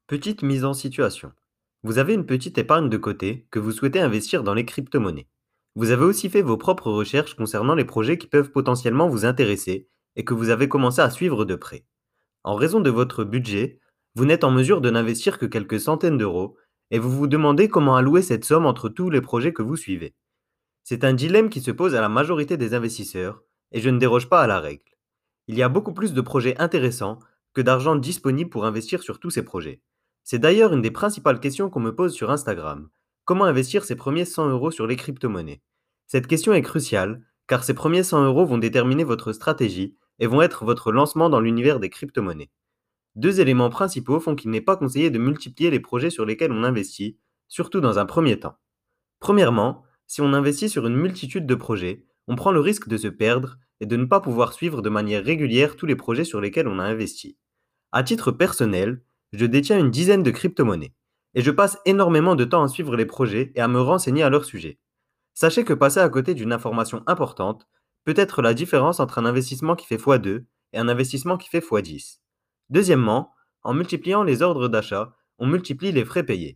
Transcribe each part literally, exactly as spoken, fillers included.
Petite mise en situation. Vous avez une petite épargne de côté que vous souhaitez investir dans les crypto-monnaies. Vous avez aussi fait vos propres recherches concernant les projets qui peuvent potentiellement vous intéresser et que vous avez commencé à suivre de près. En raison de votre budget, vous n'êtes en mesure de n'investir que quelques centaines d'euros et vous vous demandez comment allouer cette somme entre tous les projets que vous suivez. C'est un dilemme qui se pose à la majorité des investisseurs et je ne déroge pas à la règle. Il y a beaucoup plus de projets intéressants que d'argent disponible pour investir sur tous ces projets. C'est d'ailleurs une des principales questions qu'on me pose sur Instagram. Comment investir ses premiers cent euros sur les crypto-monnaies? Cette question est cruciale car ces premiers cent euros vont déterminer votre stratégie et vont être votre lancement dans l'univers des crypto-monnaies. Deux éléments principaux font qu'il n'est pas conseillé de multiplier les projets sur lesquels on investit, surtout dans un premier temps. Premièrement, si on investit sur une multitude de projets, on prend le risque de se perdre et de ne pas pouvoir suivre de manière régulière tous les projets sur lesquels on a investi. À titre personnel, je détiens une dizaine de crypto-monnaies et je passe énormément de temps à suivre les projets et à me renseigner à leur sujet. Sachez que passer à côté d'une information importante peut être la différence entre un investissement qui fait fois deux et un investissement qui fait fois dix. Deuxièmement, en multipliant les ordres d'achat, on multiplie les frais payés.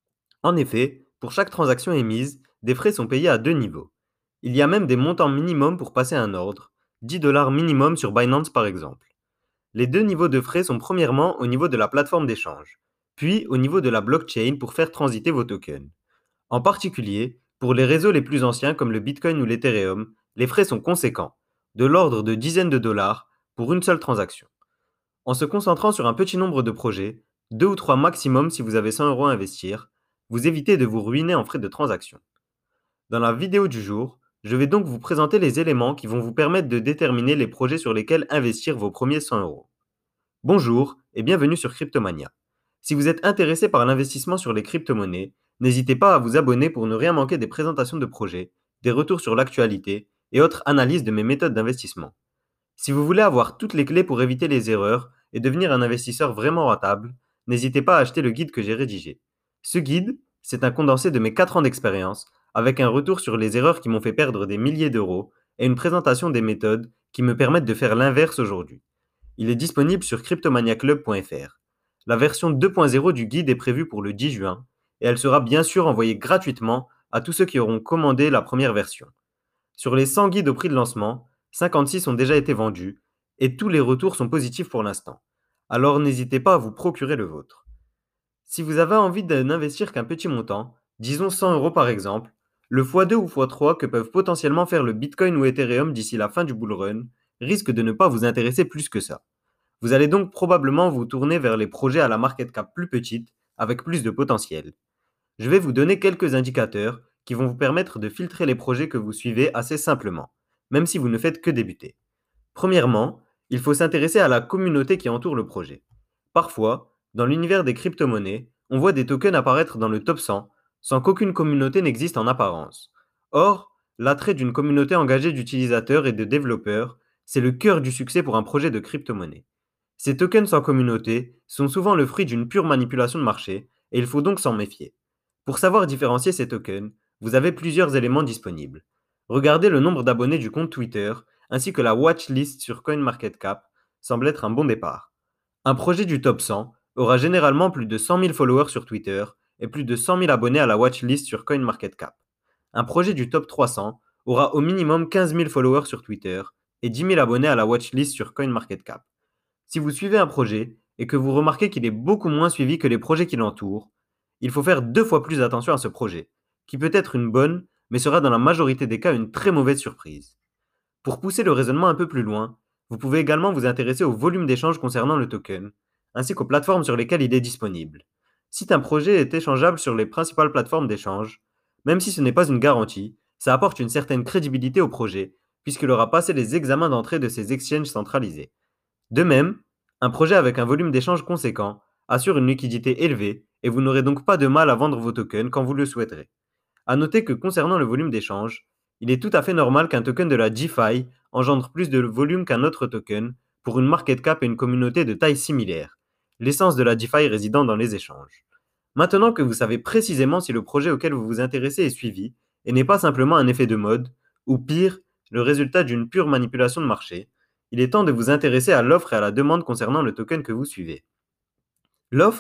En effet, pour chaque transaction émise, des frais sont payés à deux niveaux. Il y a même des montants minimums pour passer un ordre, dix dollars minimum sur Binance par exemple. Les deux niveaux de frais sont premièrement au niveau de la plateforme d'échange, puis au niveau de la blockchain pour faire transiter vos tokens. En particulier, pour les réseaux les plus anciens comme le Bitcoin ou l'Ethereum, les frais sont conséquents, de l'ordre de dizaines de dollars pour une seule transaction. En se concentrant sur un petit nombre de projets, deux ou trois maximum si vous avez cent euros à investir, vous évitez de vous ruiner en frais de transaction. Dans la vidéo du jour, je vais donc vous présenter les éléments qui vont vous permettre de déterminer les projets sur lesquels investir vos premiers cent euros. Bonjour et bienvenue sur Cryptomania. Si vous êtes intéressé par l'investissement sur les crypto-monnaies, n'hésitez pas à vous abonner pour ne rien manquer des présentations de projets, des retours sur l'actualité et autres analyses de mes méthodes d'investissement. Si vous voulez avoir toutes les clés pour éviter les erreurs et devenir un investisseur vraiment rentable, n'hésitez pas à acheter le guide que j'ai rédigé. Ce guide, c'est un condensé de mes quatre ans d'expérience, avec un retour sur les erreurs qui m'ont fait perdre des milliers d'euros et une présentation des méthodes qui me permettent de faire l'inverse aujourd'hui. Il est disponible sur cryptomania club point f r. La version deux point zéro du guide est prévue pour le dix juin et elle sera bien sûr envoyée gratuitement à tous ceux qui auront commandé la première version. Sur les cent guides au prix de lancement, cinquante-six ont déjà été vendus et tous les retours sont positifs pour l'instant. Alors n'hésitez pas à vous procurer le vôtre. Si vous avez envie de n'investir qu'un petit montant, disons cent euros par exemple, le fois deux ou fois trois que peuvent potentiellement faire le Bitcoin ou Ethereum d'ici la fin du bull run risque de ne pas vous intéresser plus que ça. Vous allez donc probablement vous tourner vers les projets à la market cap plus petite, avec plus de potentiel. Je vais vous donner quelques indicateurs qui vont vous permettre de filtrer les projets que vous suivez assez simplement, même si vous ne faites que débuter. Premièrement, il faut s'intéresser à la communauté qui entoure le projet. Parfois, dans l'univers des crypto-monnaies, on voit des tokens apparaître dans le top cent sans qu'aucune communauté n'existe en apparence. Or, l'attrait d'une communauté engagée d'utilisateurs et de développeurs, c'est le cœur du succès pour un projet de crypto-monnaie. Ces tokens sans communauté sont souvent le fruit d'une pure manipulation de marché et il faut donc s'en méfier. Pour savoir différencier ces tokens, vous avez plusieurs éléments disponibles. Regardez le nombre d'abonnés du compte Twitter ainsi que la watchlist sur CoinMarketCap semble être un bon départ. Un projet du top cent aura généralement plus de cent mille followers sur Twitter et plus de cent mille abonnés à la watchlist sur CoinMarketCap. Un projet du top trois cents aura au minimum quinze mille followers sur Twitter et dix mille abonnés à la watchlist sur CoinMarketCap. Si vous suivez un projet et que vous remarquez qu'il est beaucoup moins suivi que les projets qui l'entourent, il faut faire deux fois plus attention à ce projet, qui peut être une bonne, mais sera dans la majorité des cas une très mauvaise surprise. Pour pousser le raisonnement un peu plus loin, vous pouvez également vous intéresser au volume d'échange concernant le token, ainsi qu'aux plateformes sur lesquelles il est disponible. Si un projet est échangeable sur les principales plateformes d'échange, même si ce n'est pas une garantie, ça apporte une certaine crédibilité au projet, puisqu'il aura passé les examens d'entrée de ces exchanges centralisés. De même, un projet avec un volume d'échange conséquent assure une liquidité élevée et vous n'aurez donc pas de mal à vendre vos tokens quand vous le souhaiterez. À noter que concernant le volume d'échange, il est tout à fait normal qu'un token de la DeFi engendre plus de volume qu'un autre token pour une market cap et une communauté de taille similaire, l'essence de la DeFi résidant dans les échanges. Maintenant que vous savez précisément si le projet auquel vous vous intéressez est suivi et n'est pas simplement un effet de mode, ou pire, le résultat d'une pure manipulation de marché, il est temps de vous intéresser à l'offre et à la demande concernant le token que vous suivez. L'offre,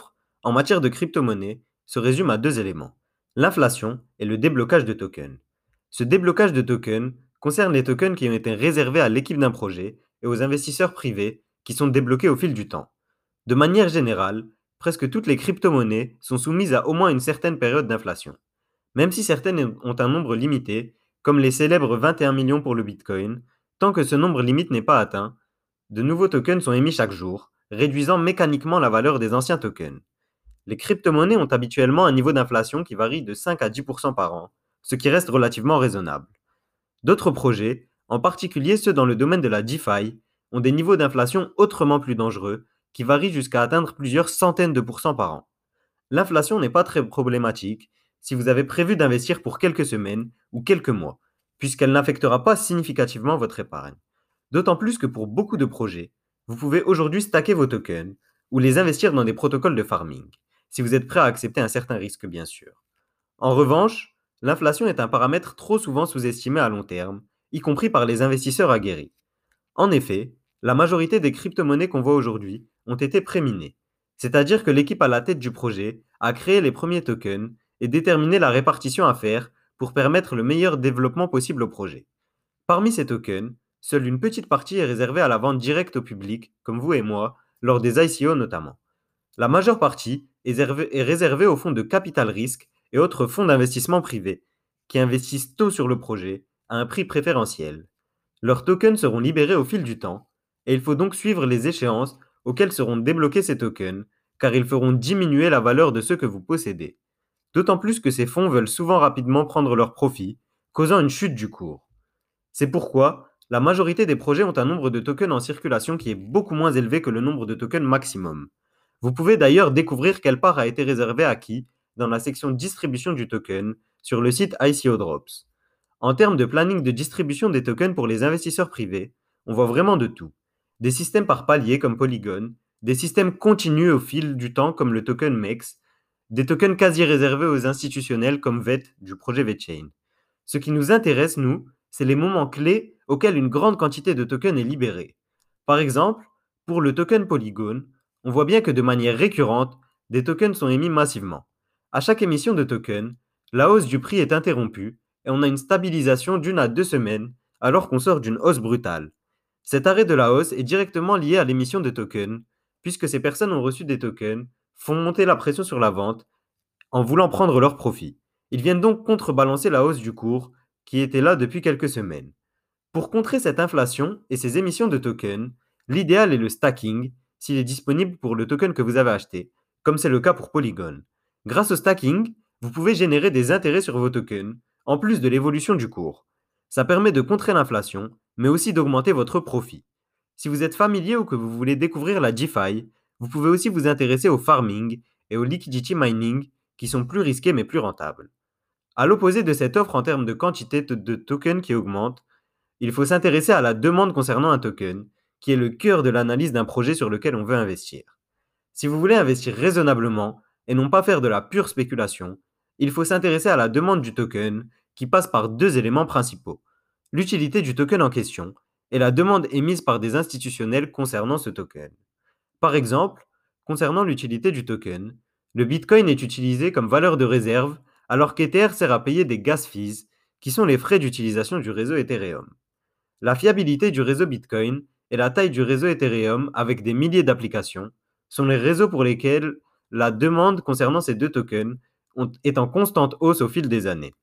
en matière de crypto-monnaie, se résume à deux éléments, l'inflation et le déblocage de tokens. Ce déblocage de tokens concerne les tokens qui ont été réservés à l'équipe d'un projet et aux investisseurs privés qui sont débloqués au fil du temps. De manière générale, presque toutes les crypto-monnaies sont soumises à au moins une certaine période d'inflation. Même si certaines ont un nombre limité, comme les célèbres vingt et un millions pour le Bitcoin, tant que ce nombre limite n'est pas atteint, de nouveaux tokens sont émis chaque jour, réduisant mécaniquement la valeur des anciens tokens. Les crypto-monnaies ont habituellement un niveau d'inflation qui varie de cinq à dix pour cent par an, ce qui reste relativement raisonnable. D'autres projets, en particulier ceux dans le domaine de la DeFi, ont des niveaux d'inflation autrement plus dangereux, qui varient jusqu'à atteindre plusieurs centaines de pourcents par an. L'inflation n'est pas très problématique si vous avez prévu d'investir pour quelques semaines ou quelques mois, puisqu'elle n'affectera pas significativement votre épargne. D'autant plus que pour beaucoup de projets, vous pouvez aujourd'hui stacker vos tokens ou les investir dans des protocoles de farming, si vous êtes prêt à accepter un certain risque bien sûr. En revanche, l'inflation est un paramètre trop souvent sous-estimé à long terme, y compris par les investisseurs aguerris. En effet, la majorité des crypto-monnaies qu'on voit aujourd'hui ont été préminées, c'est-à-dire que l'équipe à la tête du projet a créé les premiers tokens et déterminé la répartition à faire pour permettre le meilleur développement possible au projet. Parmi ces tokens, seule une petite partie est réservée à la vente directe au public, comme vous et moi, lors des I C O notamment. La majeure partie est réservée est réservée aux fonds de capital risque et autres fonds d'investissement privés, qui investissent tôt sur le projet à un prix préférentiel. Leurs tokens seront libérés au fil du temps, et il faut donc suivre les échéances auxquelles seront débloqués ces tokens, car ils feront diminuer la valeur de ceux que vous possédez. D'autant plus que ces fonds veulent souvent rapidement prendre leur profit, causant une chute du cours. C'est pourquoi la majorité des projets ont un nombre de tokens en circulation qui est beaucoup moins élevé que le nombre de tokens maximum. Vous pouvez d'ailleurs découvrir quelle part a été réservée à qui dans la section distribution du token sur le site I C O Drops. En termes de planning de distribution des tokens pour les investisseurs privés, on voit vraiment de tout. Des systèmes par paliers comme Polygon, des systèmes continus au fil du temps comme le token M E X, des tokens quasi réservés aux institutionnels comme V E T du projet VeChain. Ce qui nous intéresse, nous, c'est les moments clés auxquels une grande quantité de tokens est libérée. Par exemple, pour le token Polygon, on voit bien que de manière récurrente, des tokens sont émis massivement. À chaque émission de token, la hausse du prix est interrompue et on a une stabilisation d'une à deux semaines alors qu'on sort d'une hausse brutale. Cet arrêt de la hausse est directement lié à l'émission de tokens, puisque ces personnes ont reçu des tokens, font monter la pression sur la vente en voulant prendre leur profit. Ils viennent donc contrebalancer la hausse du cours qui était là depuis quelques semaines. Pour contrer cette inflation et ces émissions de tokens, l'idéal est le stacking s'il est disponible pour le token que vous avez acheté, comme c'est le cas pour Polygon. Grâce au stacking, vous pouvez générer des intérêts sur vos tokens, en plus de l'évolution du cours. Ça permet de contrer l'inflation, mais aussi d'augmenter votre profit. Si vous êtes familier ou que vous voulez découvrir la DeFi, vous pouvez aussi vous intéresser au farming et au liquidity mining, qui sont plus risqués mais plus rentables. À l'opposé de cette offre en termes de quantité de tokens qui augmente, il faut s'intéresser à la demande concernant un token, qui est le cœur de l'analyse d'un projet sur lequel on veut investir. Si vous voulez investir raisonnablement et non pas faire de la pure spéculation, il faut s'intéresser à la demande du token qui passe par deux éléments principaux, l'utilité du token en question et la demande émise par des institutionnels concernant ce token. Par exemple, concernant l'utilité du token, le Bitcoin est utilisé comme valeur de réserve alors qu'Ether sert à payer des gas fees, qui sont les frais d'utilisation du réseau Ethereum. La fiabilité du réseau Bitcoin et la taille du réseau Ethereum avec des milliers d'applications sont les réseaux pour lesquels la demande concernant ces deux tokens est en constante hausse au fil des années.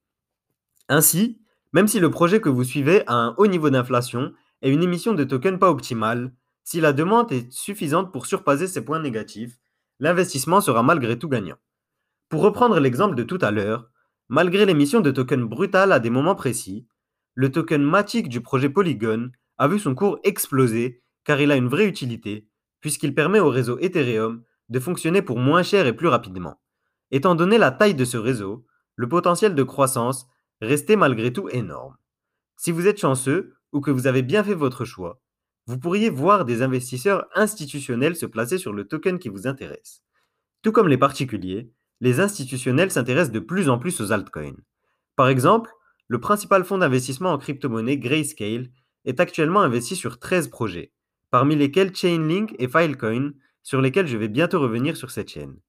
Ainsi, même si le projet que vous suivez a un haut niveau d'inflation et une émission de tokens pas optimale, si la demande est suffisante pour surpasser ces points négatifs, l'investissement sera malgré tout gagnant. Pour reprendre l'exemple de tout à l'heure, malgré l'émission de tokens brutales à des moments précis, le token Matic du projet Polygon a vu son cours exploser car il a une vraie utilité, puisqu'il permet au réseau Ethereum de fonctionner pour moins cher et plus rapidement. Étant donné la taille de ce réseau, le potentiel de croissance restait malgré tout énorme. Si vous êtes chanceux ou que vous avez bien fait votre choix, vous pourriez voir des investisseurs institutionnels se placer sur le token qui vous intéresse. Tout comme les particuliers, les institutionnels s'intéressent de plus en plus aux altcoins. Par exemple, le principal fonds d'investissement en crypto-monnaie Grayscale est actuellement investi sur treize projets, parmi lesquels Chainlink et Filecoin, sur lesquels je vais bientôt revenir sur cette chaîne.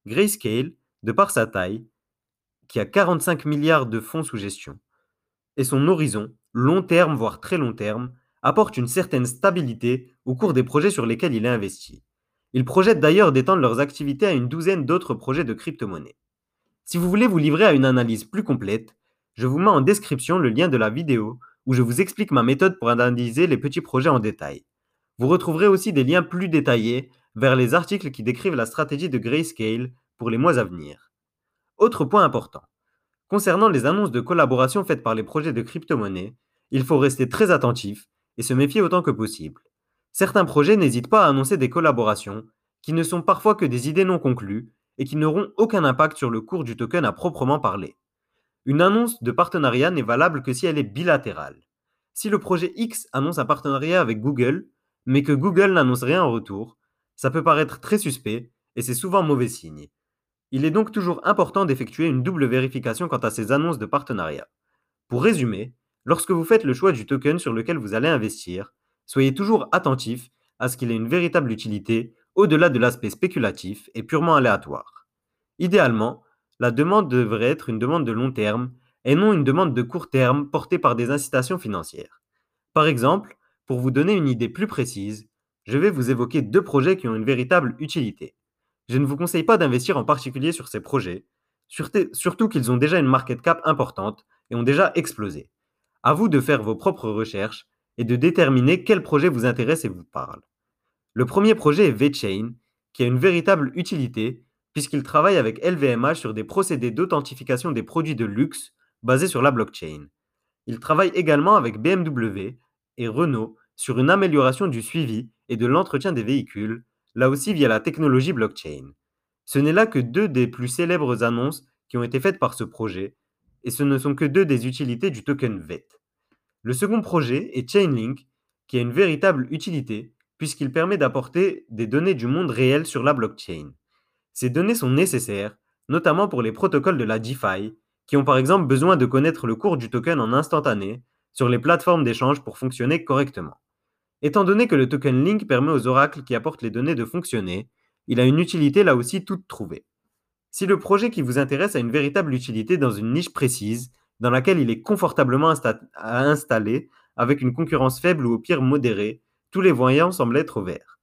Grayscale, de par sa taille, qui a quarante-cinq milliards de fonds sous gestion, et son horizon, long terme voire très long terme, apporte une certaine stabilité au cours des projets sur lesquels il est investi. Ils projettent d'ailleurs d'étendre leurs activités à une douzaine d'autres projets de crypto-monnaies. Si vous voulez vous livrer à une analyse plus complète, je vous mets en description le lien de la vidéo où je vous explique ma méthode pour analyser les petits projets en détail. Vous retrouverez aussi des liens plus détaillés vers les articles qui décrivent la stratégie de Grayscale pour les mois à venir. Autre point important. Concernant les annonces de collaboration faites par les projets de crypto-monnaie, il faut rester très attentif et se méfier autant que possible. Certains projets n'hésitent pas à annoncer des collaborations qui ne sont parfois que des idées non conclues et qui n'auront aucun impact sur le cours du token à proprement parler. Une annonce de partenariat n'est valable que si elle est bilatérale. Si le projet X annonce un partenariat avec Google, mais que Google n'annonce rien en retour, ça peut paraître très suspect et c'est souvent mauvais signe. Il est donc toujours important d'effectuer une double vérification quant à ces annonces de partenariat. Pour résumer, lorsque vous faites le choix du token sur lequel vous allez investir, soyez toujours attentif à ce qu'il ait une véritable utilité au-delà de l'aspect spéculatif et purement aléatoire. Idéalement, la demande devrait être une demande de long terme et non une demande de court terme portée par des incitations financières. Par exemple, pour vous donner une idée plus précise, je vais vous évoquer deux projets qui ont une véritable utilité. Je ne vous conseille pas d'investir en particulier sur ces projets, surtout qu'ils ont déjà une market cap importante et ont déjà explosé. À vous de faire vos propres recherches et de déterminer quel projet vous intéresse et vous parle. Le premier projet est VeChain, qui a une véritable utilité puisqu'il travaille avec L V M H sur des procédés d'authentification des produits de luxe basés sur la blockchain. Il travaille également avec B M W et Renault sur une amélioration du suivi et de l'entretien des véhicules, là aussi via la technologie blockchain. Ce n'est là que deux des plus célèbres annonces qui ont été faites par ce projet, et ce ne sont que deux des utilités du token V E T. Le second projet est Chainlink, qui a une véritable utilité puisqu'il permet d'apporter des données du monde réel sur la blockchain. Ces données sont nécessaires, notamment pour les protocoles de la DeFi, qui ont par exemple besoin de connaître le cours du token en instantané sur les plateformes d'échange pour fonctionner correctement. Étant donné que le token Link permet aux oracles qui apportent les données de fonctionner, il a une utilité là aussi toute trouvée. Si le projet qui vous intéresse a une véritable utilité dans une niche précise, dans laquelle il est confortablement insta- installé, avec une concurrence faible ou au pire modérée, tous les voyants semblent être au vert.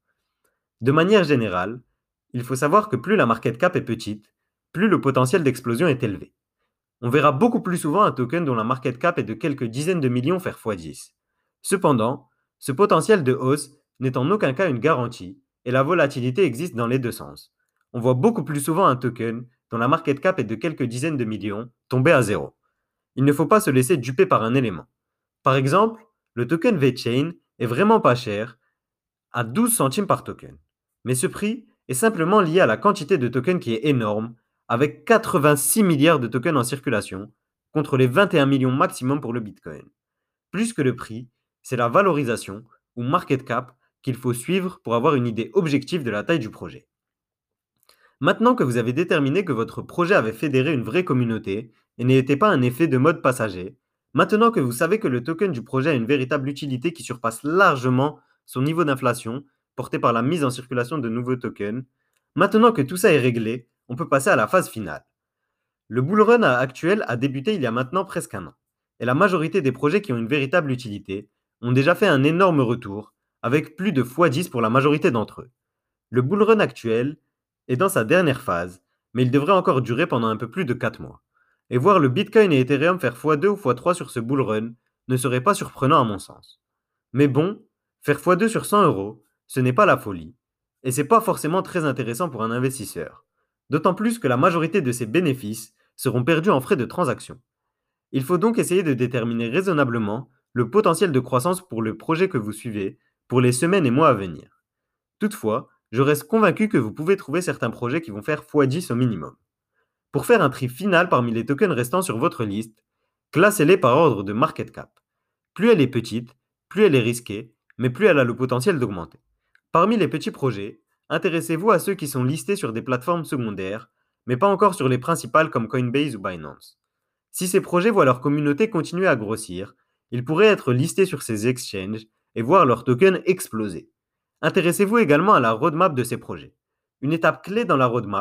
De manière générale, il faut savoir que plus la market cap est petite, plus le potentiel d'explosion est élevé. On verra beaucoup plus souvent un token dont la market cap est de quelques dizaines de millions faire fois dix. Cependant, ce potentiel de hausse n'est en aucun cas une garantie et la volatilité existe dans les deux sens. On voit beaucoup plus souvent un token dont la market cap est de quelques dizaines de millions tomber à zéro. Il ne faut pas se laisser duper par un élément. Par exemple, le token VeChain est vraiment pas cher, à douze centimes par token. Mais ce prix est simplement lié à la quantité de tokens qui est énorme, avec quatre-vingt-six milliards de tokens en circulation, contre les vingt et un millions maximum pour le Bitcoin. Plus que le prix, c'est la valorisation, ou market cap, qu'il faut suivre pour avoir une idée objective de la taille du projet. Maintenant que vous avez déterminé que votre projet avait fédéré une vraie communauté et n'était pas un effet de mode passager, maintenant que vous savez que le token du projet a une véritable utilité qui surpasse largement son niveau d'inflation, porté par la mise en circulation de nouveaux tokens, maintenant que tout ça est réglé, on peut passer à la phase finale. Le bull run actuel a débuté il y a maintenant presque un an, et la majorité des projets qui ont une véritable utilité ont déjà fait un énorme retour, avec plus de fois dix pour la majorité d'entre eux. Le bull run actuel est dans sa dernière phase, mais il devrait encore durer pendant un peu plus de quatre mois. Et voir le Bitcoin et Ethereum faire fois deux ou fois trois sur ce bull run ne serait pas surprenant à mon sens. Mais bon, faire fois deux sur cent euros, ce n'est pas la folie, et c'est pas forcément très intéressant pour un investisseur. D'autant plus que la majorité de ces bénéfices seront perdus en frais de transaction. Il faut donc essayer de déterminer raisonnablement le potentiel de croissance pour le projet que vous suivez pour les semaines et mois à venir. Toutefois, je reste convaincu que vous pouvez trouver certains projets qui vont faire fois dix au minimum. Pour faire un tri final parmi les tokens restants sur votre liste, classez-les par ordre de market cap. Plus elle est petite, plus elle est risquée, mais plus elle a le potentiel d'augmenter. Parmi les petits projets, intéressez-vous à ceux qui sont listés sur des plateformes secondaires, mais pas encore sur les principales comme Coinbase ou Binance. Si ces projets voient leur communauté continuer à grossir, ils pourraient être listés sur ces exchanges et voir leurs tokens exploser. Intéressez-vous également à la roadmap de ces projets. Une étape clé dans la roadmap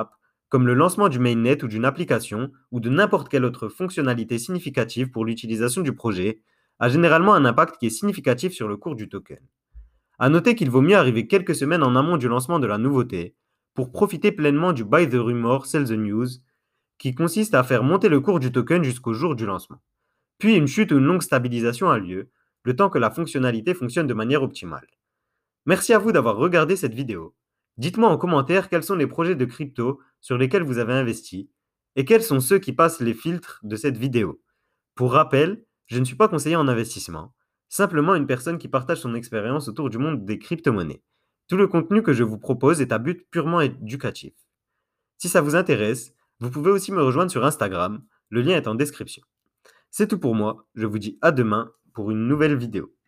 comme le lancement du mainnet ou d'une application, ou de n'importe quelle autre fonctionnalité significative pour l'utilisation du projet, a généralement un impact qui est significatif sur le cours du token. À noter qu'il vaut mieux arriver quelques semaines en amont du lancement de la nouveauté pour profiter pleinement du Buy the Rumor, Sell the News, qui consiste à faire monter le cours du token jusqu'au jour du lancement. Puis une chute ou une longue stabilisation a lieu, le temps que la fonctionnalité fonctionne de manière optimale. Merci à vous d'avoir regardé cette vidéo. Dites-moi en commentaire quels sont les projets de crypto sur lesquels vous avez investi et quels sont ceux qui passent les filtres de cette vidéo. Pour rappel, je ne suis pas conseiller en investissement, simplement une personne qui partage son expérience autour du monde des crypto-monnaies. Tout le contenu que je vous propose est à but purement éducatif. Si ça vous intéresse, vous pouvez aussi me rejoindre sur Instagram, le lien est en description. C'est tout pour moi, je vous dis à demain pour une nouvelle vidéo.